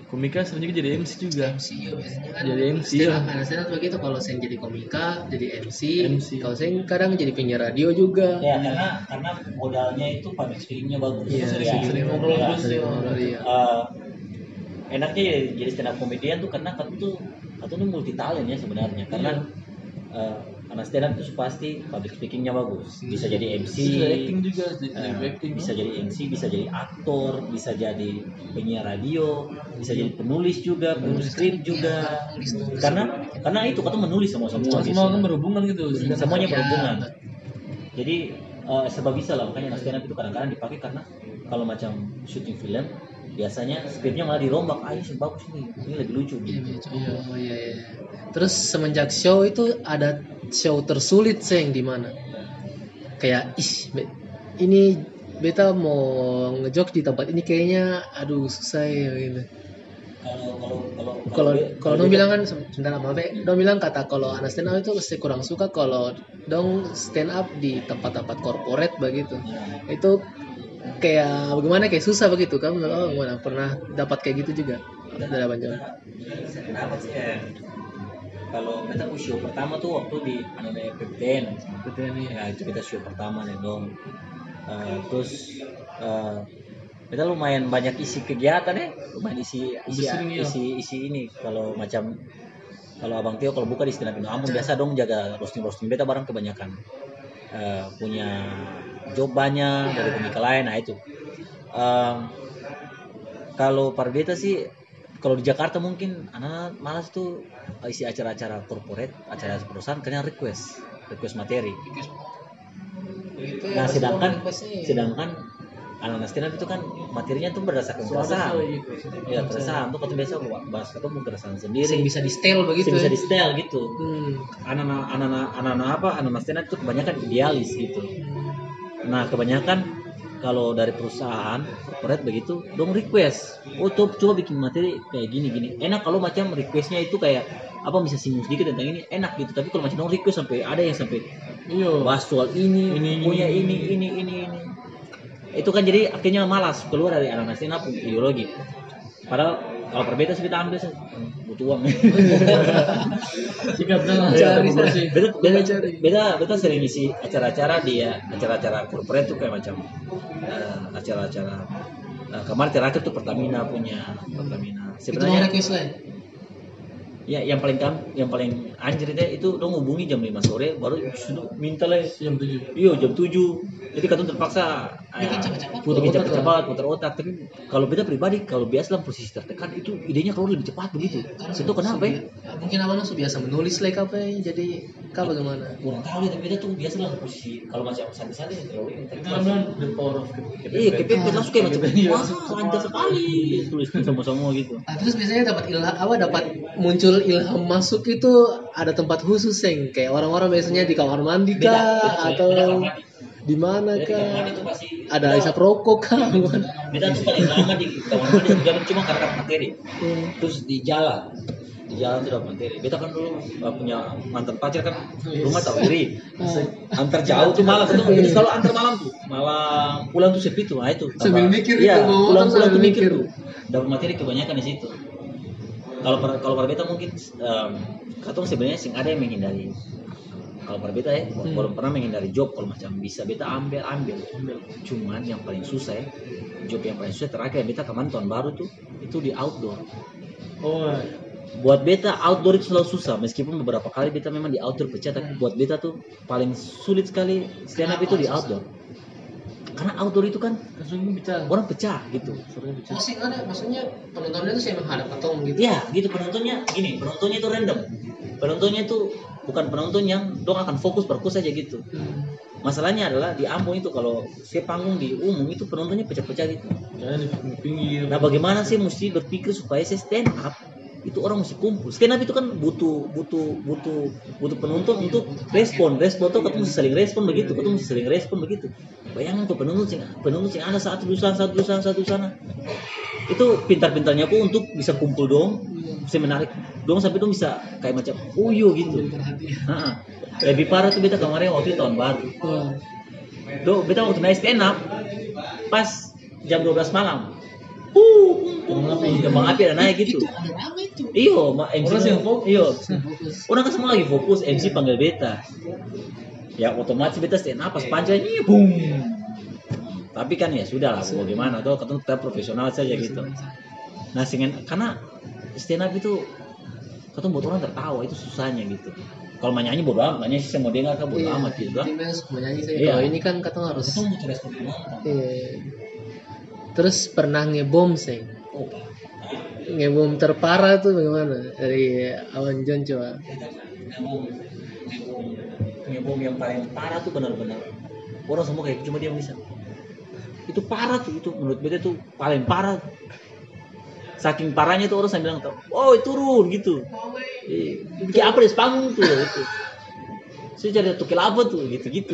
komika sering juga jadi MC juga. MC ya biasanya kan. Jadi MC stand ya. up, ada stand up begitu kalau saya jadi komika, jadi MC. MC. Kalau saya kadang jadi penyiar radio juga. Ya karena modalnya itu public speakingnya bagus. Iya, sering ngobrol Ya. terus. sering ngobrol, iya. Enaknya jadi stand up comedian tuh karena katanya tuh multi talent ya sebenarnya karena karena stand up itu pasti public speakingnya bagus, bisa jadi MC, Bisa acting juga, jadi acting. bisa jadi MC, bisa jadi aktor, bisa jadi penyiar radio, bisa jadi penulis juga, penulis skrip juga, karena itu katanya menulis semua Semua kan berhubungan gitu. semuanya Ya. berhubungan. Jadi serba bisa lah, makanya stand up itu kadang-kadang dipakai karena kalau macam syuting film biasanya skripnya malah dirombak, sih bagus ini lebih lucu gitu. Oh iya. Terus semenjak show itu ada show tersulit yang di mana? Kayak ini beta mau ngejok di tempat ini kayaknya aduh susah ya gitu. Kalau dong bilang kan sebentar apa dong bilang kata kalau anak stand up itu saya kurang suka kalau dong stand up di tempat-tempat korporat begitu. Itu kayak bagaimana kayak susah begitu kamu gimana pernah dapat kayak gitu juga dari Abang John? Dapat sih kalau kita show pertama tuh waktu di PPTN ya itu kita show pertama nih dong. Terus kita lumayan banyak isi kegiatan ya, lumayan isi ini kalau Abang Tio kalau buka di stand up Indo Ambon biasa dong jaga roasting beta barang kebanyakan punya job banyak dari komika lain. Nah itu kalau Parbeta sih kalau di Jakarta mungkin anak malas tuh isi acara-acara corporate, acara perusahaan kalian request materi. Nah sedangkan anak-anak stand up itu kan materinya tuh berdasarkan keresahan. Ya keresahan tuh biasa bahas ketemu keresahan sendiri. Yang bisa di style begitu. Bisa di style gitu. Anak-anak stand up itu kebanyakan idealis gitu. Nah kebanyakan kalau dari perusahaan corporate begitu dong request coba bikin materi kayak gini enak kalau macam requestnya itu kayak apa bisa singgung sedikit tentang ini enak gitu tapi kalau macam dong request sampai ada yang sampai bahas soal ini punya ini itu kan jadi akhirnya malas keluar dari anak stand up ideologi padahal kalau Parbeta sih kita ambil butuh uang. Beta sering isi acara-acara corporate tuh kayak macam acara-acara kemarin terakhir tuh Pertamina sebenarnya ya yang paling anjir itu dong hubungi jam 5 sore baru minta lah jam 7 jadi katanya terpaksa bikin cepat putar otak tapi kalau beda pribadi kalau biasa dalam posisi tertekan itu idenya keluar lebih cepat begitu itu kenapa ya mungkin awalnya biasa menulis apa jadi bagaimana kurang tahu ya tapi beda tuh biasa dalam posisi kalau macam santai-santai terlalu karena the power of kepepet langsung kayak macam lancar sekali tulis sama-sama gitu terus biasanya dapat muncul ilham masuk itu ada tempat khusus yang kayak orang-orang biasanya di kamar mandi kah atau di mana kah ada isap rokok kah kita tuh paling lama di kamar mandi cuma karena materi terus di jalan tuh dapat materi beta kan dulu punya mantan pacar kan rumah tak iri antar jauh tuh malam jadi selalu antar malam pulang tuh sepi tuh nah itu sambil mikir pulang tuh mikir tuh dapat materi kebanyakan di situ. Kalau Parbeta mungkin katong sebenarnya sing ada yang menghindari. Kalau Parbeta ya, belum pernah menghindari job kalau macam bisa beta ambil. Cuman yang paling susah job yang paling susah terakhir beta kemarin tahun baru tuh itu di outdoor. Buat beta outdoor itu selalu susah meskipun beberapa kali beta memang di outdoor pecah tapi buat beta tuh paling sulit sekali stand up itu di outdoor. Karena outdoor itu kan orang pecah gitu. Masih ada, maksudnya penontonnya itu saya menghadap atau gitu. Iya, gitu penontonnya itu random. Penontonnya itu bukan penonton yang dong akan fokus saja gitu. Masalahnya adalah di Ambon itu kalau saya panggung di umum itu penontonnya pecah-pecah gitu. Nah, bagaimana sih mesti berpikir supaya saya stand up? Itu orang mesti kumpul. Stand up itu kan butuh penonton untuk respon tuh ketemu mesti saling respon begitu. Bayangkan tuh penonton sing ada satu sana. Itu pintar-pintarnya aku untuk bisa kumpul dong, bisa menarik dong sampai dong bisa kayak macam uyo gitu. Lebih parah tuh beta kemarin waktu tahun baru. Beta waktu naik stand up pas jam 12 malam. kembang api ada naik gitu. Itu ada rame itu. Iyo, MC Orang yang fokus. Iyo, Fokus. orang kan semua lagi fokus, MC panggil beta. Ya otomatis beta stand up pas panjang ini boom. Tapi kan ya sudah lah, bagaimana tuh kita profesional saja gitu. Nah, karena stand up itu ketemu buat orang tertawa itu susahnya gitu. Kalau mau nyanyi bodo amat, nyanyi sih saya mau dengar kan bodo amat gitu kan. Tim mau nyanyi saya. Iya. Kalau ini kan katong harus. Itu mau cari respon penonton. Terus pernah ngebom sih. Oh, Pak. Ngebom terparah tuh bagaimana dari Awan John coba. Ngebom yang paling parah tuh benar-benar orang semua kayak cuma dia bisa. Itu parah tuh, itu menurut beta tuh paling parah. Saking parahnya tuh orang saya bilang, oh turun gitu. Bikin apa di panggung tuh itu. Saya cari tukil apa tuh gitu-gitu.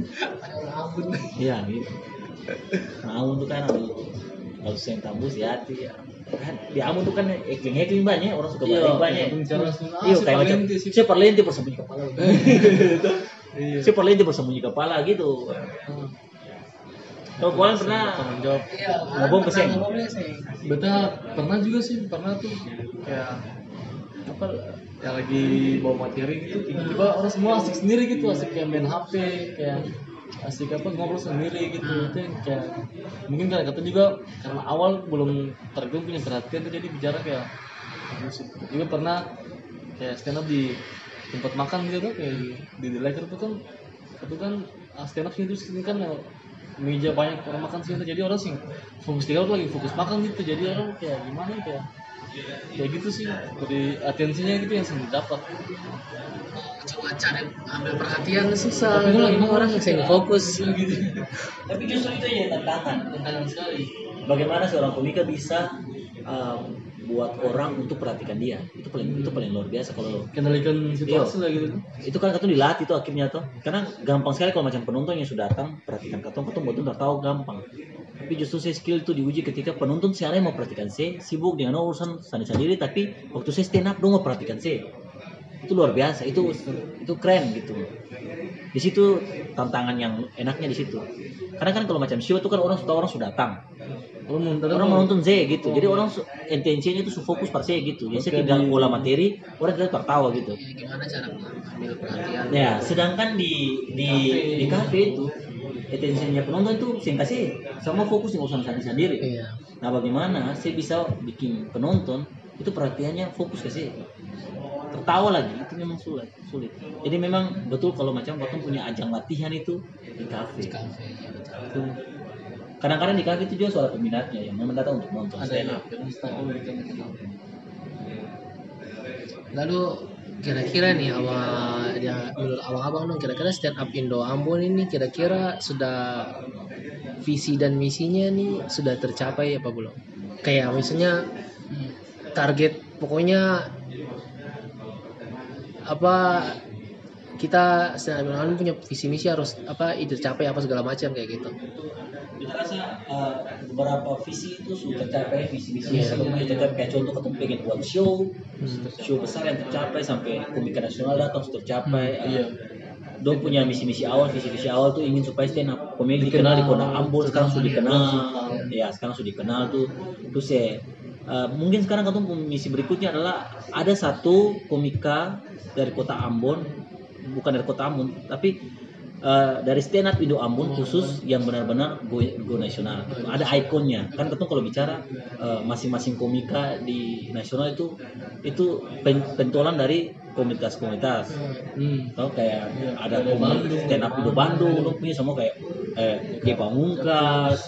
Iya gitu. Nah, Ambon tuh kan harus yang tambus hati ya. Kan di Ambon tuh kan hekling banyak, orang suka banyak. Iya, kayak macam saya perlente bersembunyi kepala. Saya perlente bersembunyi kepala gitu. Kalau kalian pernah Jawab. ngobong ke seng? Beta pernah juga sih, pernah tuh kayak apa ya lagi bawa materi gitu, tiba-tiba orang semua asik sendiri gitu, asik kayak main HP, kayak asik apa ngobrol sendiri gitu. Itu yang kayak mungkin karena kata juga karena awal belum tergabung punya perhatian tuh, jadi bicara kayak musik. Juga pernah kayak stand up di tempat makan gitu tuh, kayak di The Laker tuh kan itu kan stand up sini tuh sini kan meja banyak orang makan sini, jadi orang sih fokus di lagi fokus makan gitu, jadi orang kayak gimana ya, kayak gitu sih, dari atensinya gitu yang sering dapat. Coba cari ambil perhatian susah. Tapi itu lagi orang yang fokus. Gitu. Tapi justru itu ya tantangan. Tantangan sekali. Bagaimana seorang komika bisa buat orang untuk perhatikan dia, itu paling luar biasa. Kalau Kendalikan situasi lah gitu. itu kan katong dilatih tuh akhirnya tuh, karena gampang sekali kalau macam penonton yang sudah datang perhatikan katong buat udah tahu gampang. Tapi justru saya skill itu diuji ketika penonton siapa yang mau perhatikan saya sibuk dengan urusan sendiri, tapi waktu saya stand up dong mau perhatikan saya. Itu luar biasa, itu keren gitu. Di situ tantangan yang enaknya di situ. Karena kan kalau macam show itu kan orang sudah datang. Orang menonton saya gitu. Jadi orang intensinya itu fokus pada saya gitu. Jadi saya tinggal olah materi, orang tidak tertawa gitu. Gimana cara ambil perhatian? Ya, sedangkan di kafe itu intensinya penonton itu singkat sih sama fokus di urusan sendiri. Iya. Nah, bagaimana saya bisa bikin penonton itu perhatiannya fokus ke saya, tertawa lagi, itu memang sulit. Jadi memang betul kalau macam waktu punya ajang latihan itu di kafe. Ya, betul. Itu kadang-kadang di kafe itu juga suara peminatnya yang memang datang untuk nonton Ada stand ya, up. Lalu kira-kira nih menurut abang-abang dong, kira-kira stand up Indo Ambon ini kira-kira sudah visi dan misinya nih sudah tercapai apa belum? Kayak misalnya target pokoknya apa, kita stand up Indo Ambon punya visi misi harus apa tercapai apa segala macam kayak gitu. Kita rasa beberapa visi itu sudah tercapai, visi-visi sebelumnya tercapai. Kayak contoh ketemu pengen buat show besar yang tercapai sampai komika nasional datang sudah tercapai. Dong punya misi-misi awal, visi-visi awal tuh ingin supaya stand up komedi dikenal di kota Ambon, sekarang sudah dikenal. Ya, sekarang sudah dikenal tuh. Terus ya mungkin sekarang ketemu misi berikutnya adalah ada satu komika dari kota Ambon, bukan dari kota Ambon, tapi dari stand up Indo Ambon khusus yang benar-benar go nasional. Ada ikonnya. Kan ketemu kalau bicara masing-masing komika di nasional itu pentolan dari komunitas-komunitas. Tahu kayak ada stand up Indo Bandung, lu punya semua kayak Pamungkas,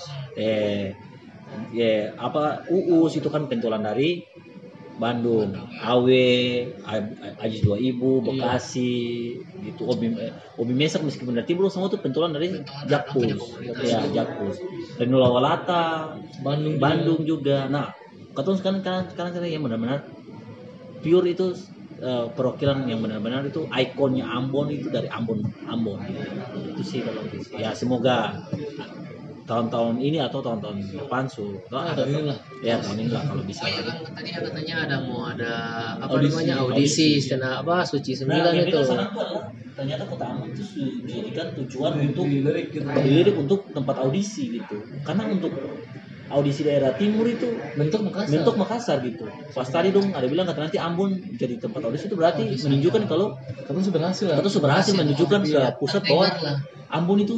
Uus itu kan pentolan dari Bandung, Awe, Ajis 2000, Bekasi, gitu. Obi Mesak meskipun dari Timur semua tuh pentolan dari Jakpus, ya Jakpus. Dan Nulawalata, Bandung juga. Nah, katong sekarang yang benar-benar pure itu perwakilan yang benar-benar itu ikonnya Ambon itu dari Ambon. Itu sih kalau ya semoga tahun-tahun ini atau tahun-tahun depan tahun ini lah kalau bisa. Tadi katanya ada audisi stand up Suci 9 itu. Ternyata kota Ambon itu dijadikan tujuan untuk dilirik untuk tempat audisi gitu. Karena untuk audisi daerah timur itu Bentuk Makassar. bentuk Makassar gitu. Pas tadi dong ada bilang kata nanti Ambon jadi tempat audisi itu berarti menunjukkan kalau Katanya sudah berhasil lah. kita berhasil menunjukkan ke pusat bahwa Ingat lah. Ambon itu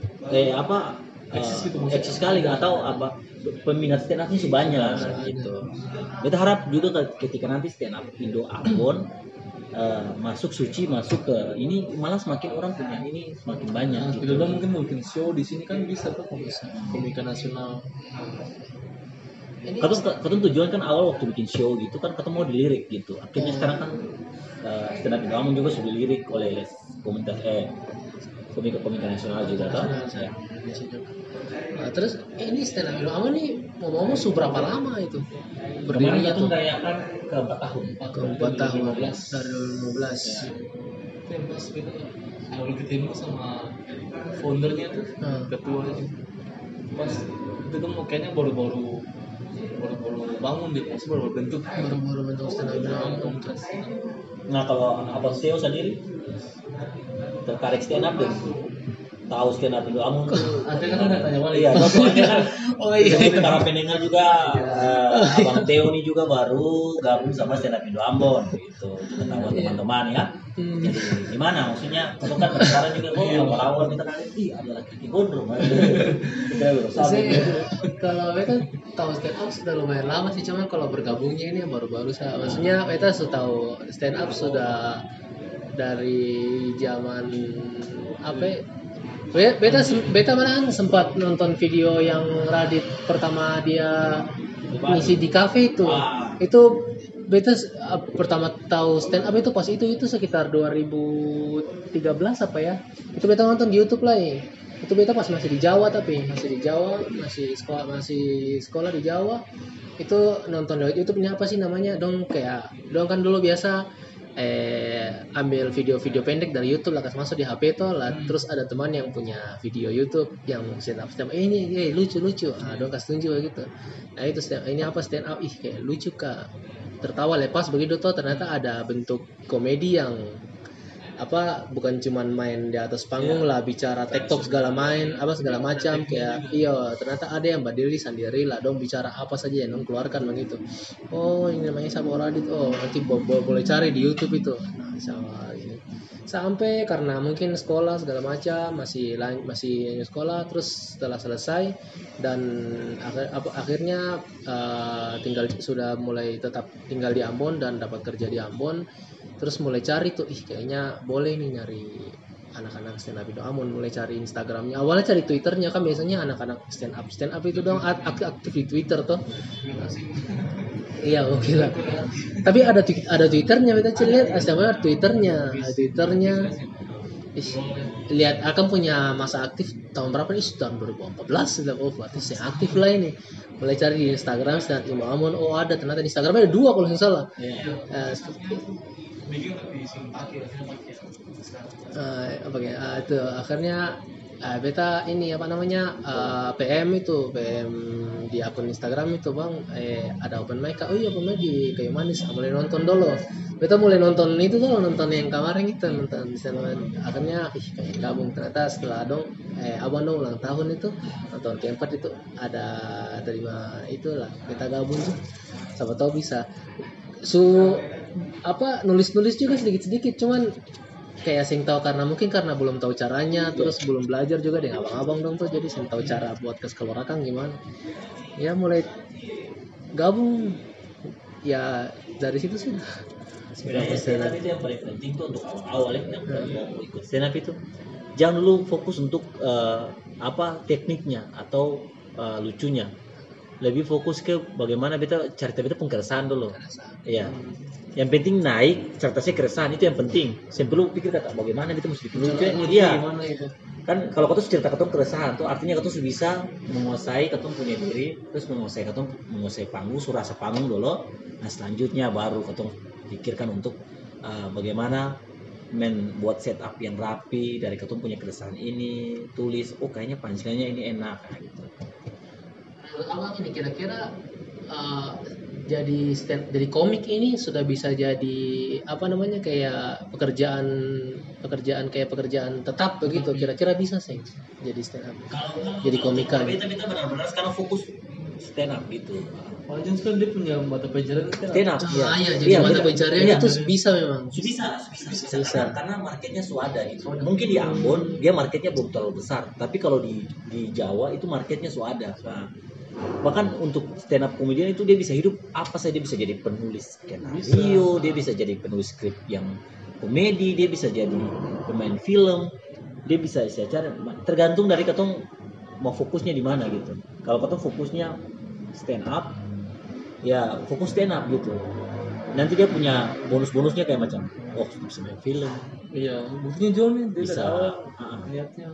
eksis sekali atau apa peminat stand up-nya sebanyak gitu. Kita harap juga ketika nanti stand up Indo Ambon masuk suci masuk ke ini malah semakin orang punya ini semakin banyak gitu. Itu mungkin show di sini kan bisa tuh komika nasional. Katun tujuan kan awal waktu bikin show gitu kan ketemu mau dilirik gitu. Akhirnya sekarang kan stand up Indo Ambon juga sudah dilirik oleh komunitas komika nasional juga kan. Ya. Nah, terus ini stand up Indo Ambon nih ngomong-ngomong seberapa lama itu? Kemarin Berdirinya kita tuh merayakan ke 4 tahun. ke 4 tahun dari 2015. Itu yang pas beda baru ketemu sama foundernya tuh, ketuanya. Pas itu kan kayaknya baru bangun deh, maksudnya baru bentuk. Baru-baru bentuk stand up Indo Ambon. Nah kalau Abang Theo sendiri tertarik stand up dan tahu stand up Indo Ambon tuh Akhirnya kan udah tanya balik. iya soalnya kan Oh iya. jadi para pendengar juga Abang Theo ini juga baru gabung sama stand up Indo Ambon gitu kita tahu teman-teman ya jadi gimana maksudnya kalau kan sekarang juga awal-awal kita kan ada lagi gondrong kita Kalau beta tahu stand up sudah lumayan lama sih, cuman kalau bergabungnya ini baru-baru saya. Maksudnya beta sudah tahu stand up sudah dari zaman apa? Beta malahan sempat nonton video yang Radit pertama dia ngisi di cafe itu. Itu beta pertama tahu stand up itu pas itu sekitar 2013 apa ya? Itu beta nonton di YouTube lah ya. Itu beta pas masih di Jawa masih sekolah di Jawa. Itu nonton di YouTube-nya apa sih namanya? Dong kan dulu biasa ambil video-video pendek dari YouTube lah kasih masuk di HP itu lah. Terus ada teman yang punya video YouTube yang stand up ini lucu dong kasih tunjuk gitu. Nah itu ini apa stand up kayak lucu kak, tertawa lepas begitu tuh ternyata ada bentuk komedi yang bukan cuman main di atas panggung lah bicara TikTok segala macam kayak ternyata ada yang berdiri sendiri lah dong bicara apa saja yang dong keluarkan begitu. Oh ini namanya Sabar Radit, nanti boleh cari di YouTube itu. Nah sama ini sampai karena mungkin sekolah segala macam masih sekolah, terus setelah selesai dan akhirnya sudah mulai tetap tinggal di Ambon dan dapat kerja di Ambon. Terus mulai cari tuh, kayaknya boleh nih nyari anak-anak stand up Indo Ambon, mulai cari Instagramnya. Awalnya cari Twitternya kan biasanya anak-anak stand up itu dong aktif di Twitter tuh. Iya oke lah. Tapi ada Twitternya kita lihat, ada Twitternya. Lihat akan punya masa aktif tahun berapa nih? Tahun 2014 sudah berarti saya aktif lah ini. Mulai cari di Instagram stand up Indo Ambon, ada ternyata di Instagramnya ada 2 kalau nggak salah. Itu akhirnya beta ini PM di akun Instagram itu bang ada open mic open mic di Kayu Manis mulai nonton dulu. Beta mulai nonton itu tuh nonton yang kemarin itu nonton akhirnya kayak gabung ternyata setelah abang dong ulang tahun itu nonton keempat itu ada terima itulah kita gabung tuh siapa tahu bisa nulis juga sedikit cuman kayak sing tahu karena belum tahu caranya terus belum belajar juga deh abang-abang dong tuh jadi sing tahu cara buat keluarakan gimana ya mulai gabung ya dari situ sih. Stand up itu yang paling penting tuh untuk awal yang mau ikut stand up itu jangan dulu fokus untuk tekniknya atau lucunya, lebih fokus ke bagaimana cerita beta pengkeresahan dulu. Iya. Yang penting naik ceritanya keresahan itu yang penting. Sebelum pikir kata bagaimana beta mesti lucu. Iya. Kan kalau kau tuh cerita ketemu keresahan tuh artinya kau tuh bisa menguasai ketemu punya diri, terus menguasai panggung, surasa panggung dulu. Nah selanjutnya baru ketemu pikirkan untuk bagaimana buat setup yang rapi dari ketemu punya keresahan ini, tulis kayaknya punchline-nya ini enak gitu. Menurut abang ini kira-kira jadi komik ini sudah bisa jadi kayak pekerjaan tetap begitu, kira-kira bisa sih jadi stand up jadi komika. Kita benar-benar sekarang fokus stand up gitu. Panjang kan dia punya mata pencarian kan. Stand up. Iya, jadi mata benar. pencarian Iya. itu bisa memang. Bisa. Karena marketnya suada gitu. Mungkin di Ambon dia marketnya belum terlalu besar, tapi kalau di Jawa itu marketnya suada. Nah, bahkan untuk stand up comedian itu dia bisa hidup apa saja, dia bisa jadi penulis skenario, dia bisa jadi penulis skrip yang komedi, dia bisa jadi pemain film, dia bisa secara tergantung dari ketong mau fokusnya di mana gitu. Kalau ketong fokusnya stand up, ya fokus stand up gitu. Nanti dia punya bonus-bonusnya kayak macam bisa main film, Iya, buktinya John nih dia bisa. dari awal niatnya.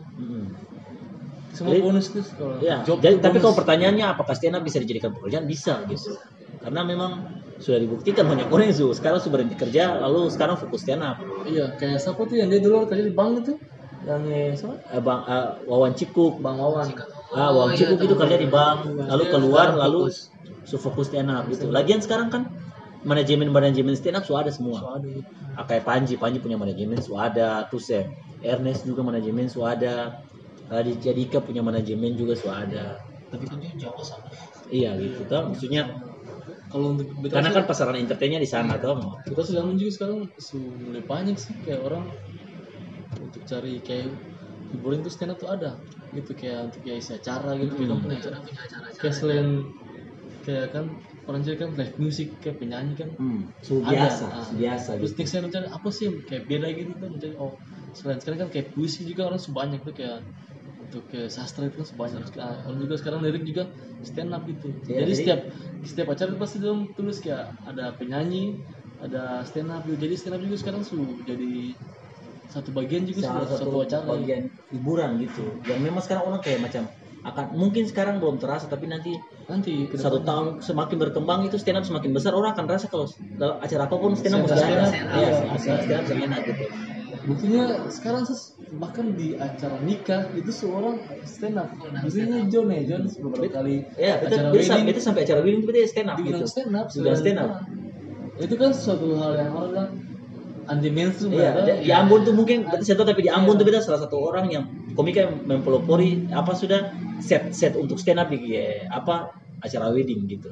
Semua Jadi- bonus tuh kalau Ya, job jadi, tuh tapi bonus. kalau pertanyaannya apakah stand up bisa dijadikan pekerjaan, bisa gitu. Karena memang sudah dibuktikan banyak orang yang sekarang sudah berhenti kerja lalu sekarang fokus stand up. Iya, kayak siapa tuh yang dia dulu kerja di bank itu? Yang siapa? Wawan Cikuk, Bang Wawan. Wawan iya, Cikuk itu tahu. kerja di bank, lalu Dia keluar sekarang lalu fokus. fokus stand up gitu. Lagian sekarang kan manajemen stand up sudah ada semua. Soalnya Kayak Panji punya manajemen suada, terus Ernest juga manajemen suada, Raditya Dika punya manajemen juga suada. Tapi kan dia Jawa sama. Iya gitu, toh. Maksudnya kalau untuk karena kan pasaran entertainnya di sana toh. kita sudah juga sekarang mulai banyak sih kayak orang untuk cari kayak hiburan tuh stand up tuh ada gitu, kayak untuk kayak isi acara gitu kita punya acara Punya acara-acara. kayak selain kayak kan orang jadi kan live music kayak penyanyi kan Biasa, ada. biasa Terus gitu. next saya mencari apa sih yang kayak beda gitu kan, mencari selain sekarang kan kayak puisi juga orang sebanyak tuh kayak untuk kayak sastra itu kan sebanyak. Orang juga sekarang lirik juga stand up gitu. Iya, Jadi jadi- setiap acara itu pasti dia tulis kayak ada penyanyi, ada stand up gitu. Jadi stand up juga sekarang jadi satu bagian juga Salah sudah satu satu acara. bagian hiburan gitu. Dan memang sekarang orang kayak macam akan mungkin sekarang belum terasa tapi nanti Nanti ke satu depan. tahun semakin berkembang itu stand up semakin besar, orang akan rasa kalau dalam acara apapun stand up mesti Stand ada. up. Iya, stand up enak gitu. Buktinya sekarang bahkan di acara nikah itu seorang stand up. Buktinya John beberapa kali Ya, acara itu wedding itu sampai acara wedding itu dia stand up dibilang gitu. stand up. Sudah stand up. Itu kan suatu hal yang orang bilang anti mainstream. Iya, di Ambon tuh mungkin berarti saya tahu, tapi di Ambon tuh beta salah satu orang yang komika yang mempelopori apa sudah set untuk stand up di acara wedding gitu.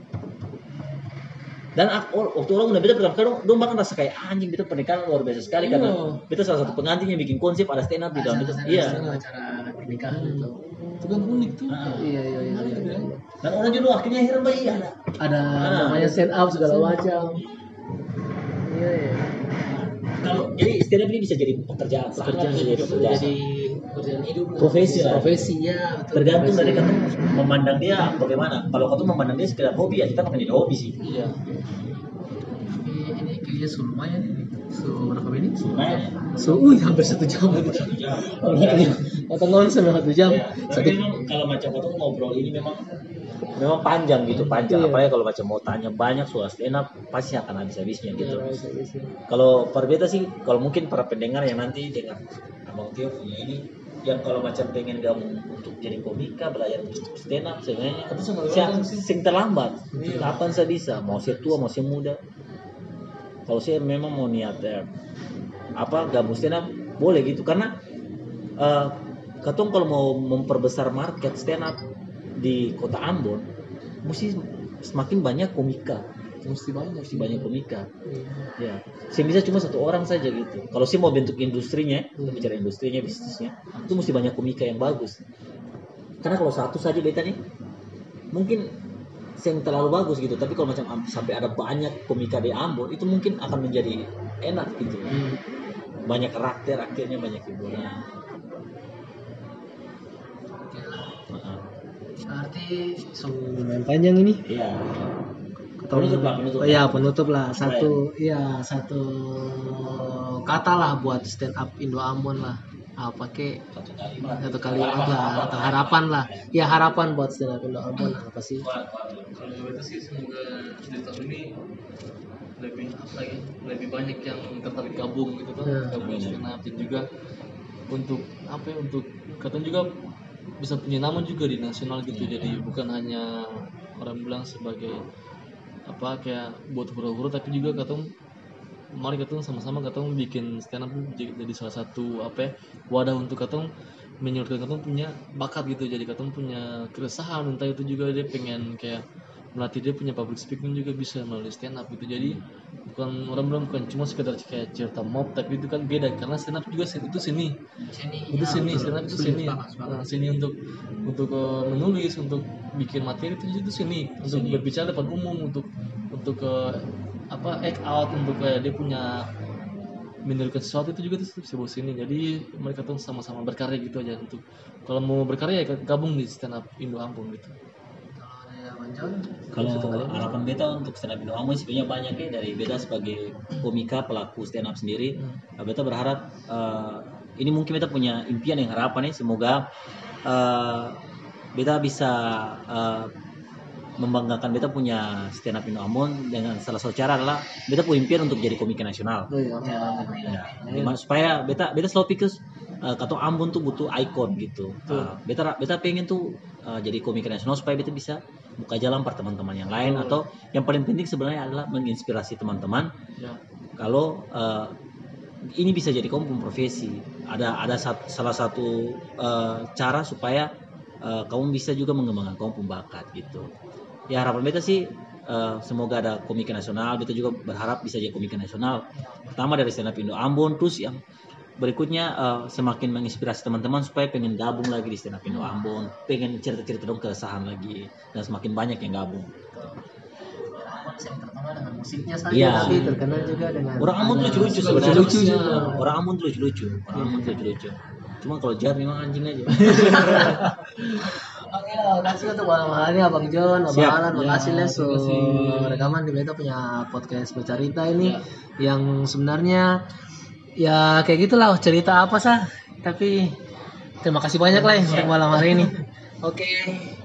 Dan waktu orang udah beta pertama kali dong bahkan rasa kayak anjing, beta pernikahan luar biasa sekali Iya. karena beta salah satu pengantin yang bikin konsep ada stand up di dalam itu. Iya. Acara pernikahan itu. Itu kan unik tuh. Iya. Gitu ya. Dan orang juga akhirnya heran bayi ada. Ada namanya stand up segala macam. Iya. Kalau jadi stand up ini bisa jadi pekerjaan, sangat bisa jadi pekerjaan. Jadi pekerjaan hidup. Profesi lah. Profesi ya. Betul. Tergantung Profesi. dari kamu memandang dia bagaimana. Kalau kamu memandang dia sekedar hobi, ya kita akan jadi hobi sih. Iya. Ini kayaknya lumayan ini. Berapa menit? Lumayan. Hampir 1 jam. Potong konsen 1 jam. Ya, tapi memang kalau macam waktu ngobrol ini memang panjang gitu, panjang. Iya. Apalagi kalau macam mau tanya banyak soal stand up pasti akan habis-habisnya gitu. Kalau perbeda sih, kalau mungkin para pendengar yang nanti dengan Abang Tio punya ini, yang kalau macam pengen gabung untuk jadi komika, belajar untuk stand up, sebenarnya Itu sangat gampang sih. sing terlambat. Iya. Kapan saya bisa? Mau saya tua, mau saya muda. Kalau saya memang mau niat gabung stand up boleh gitu, karena katong kalau mau memperbesar market stand up di kota Ambon mesti semakin banyak komika, Mesti banyak. komika. Ya, saya bisa cuma 1 orang saja gitu. Kalau saya mau bentuk industrinya, bicara industrinya, bisnisnya, itu mesti banyak komika yang bagus. Karena kalau satu saja beta nih, mungkin yang terlalu bagus gitu. Tapi kalau macam sampai ada banyak komika di Ambon, itu mungkin akan menjadi enak gitu. Banyak karakter, akhirnya banyak hiburan. Berarti lumayan panjang ini. Iya. Penutup lah. Iya, penutup lah. Satu kata lah buat stand up Indo Ambon lah. Pakai satu kalimat lah atau harapan lah. Ya, harapan buat stand up Indo Ambon apa sih? Kalau itu sih semoga di tahun ini lebih banyak yang tertarik gabung gitu kan, gabung stand up, dan juga untuk untuk katanya juga bisa punya nama juga di nasional gitu. Jadi bukan hanya orang bilang sebagai kayak buat hura-hura, tapi juga mari sama-sama bikin stand up jadi salah satu wadah untuk menyuruhkan katong punya bakat gitu, jadi katong punya keresahan, entah itu juga dia pengen kayak melatih dia punya public speaking juga bisa melalui stand up gitu. Jadi bukan orang bilang bukan cuma sekedar kayak cerita mob, tapi itu kan beda karena stand up juga itu seni. Itu seni, stand up itu seni. Nah, seni untuk menulis, untuk bikin materi itu seni, untuk berbicara depan umum, untuk act out, untuk kayak dia punya menirukan sesuatu itu juga tuh sebuah seni. Jadi mereka tuh sama-sama berkarya gitu aja. Untuk kalau mau berkarya ya gabung di stand up Indo Ambon gitu. Kalau harapan beta untuk stand up Indo Ambon sebenarnya banyak ya, dari beta sebagai komika pelaku stand up sendiri. Beta berharap ini mungkin beta punya impian yang harapan nih, semoga beta bisa membanggakan beta punya stand up Indo Ambon dengan salah satu cara adalah beta punya impian untuk jadi komika nasional. Ya, supaya beta selalu pikir kata Ambon tuh butuh ikon gitu. Beta pengen tuh jadi komika nasional supaya beta bisa buka jalan per teman-teman yang lain, atau yang paling penting sebenarnya adalah menginspirasi teman-teman. Kalau ini bisa jadi kamu profesi, ada salah satu cara supaya kamu bisa juga mengembangkan kamu bakat gitu. Ya harapan beta sih semoga ada komika nasional. Beta juga berharap bisa jadi komika nasional pertama dari stand up Indo Ambon, terus yang berikutnya semakin menginspirasi teman-teman supaya pengen gabung lagi di stand up Indo Ambon, pengen cerita-cerita dong keresahan lagi, dan semakin banyak yang gabung. Yang terkenal dengan musiknya saja, tapi terkenal juga dengan orang Ambon lucu-lucu sebenarnya. Orang Ambon lucu-lucu. Cuma kalau jahat memang anjing aja. Oke lah, makasih untuk malam hari Abang John, Abang Alan, makasih Les rekaman di Beta punya podcast bercerita ini yang sebenarnya ya kayak gitulah, cerita apa sah, tapi terima kasih banyak lah untuk malam hari ini. Oke.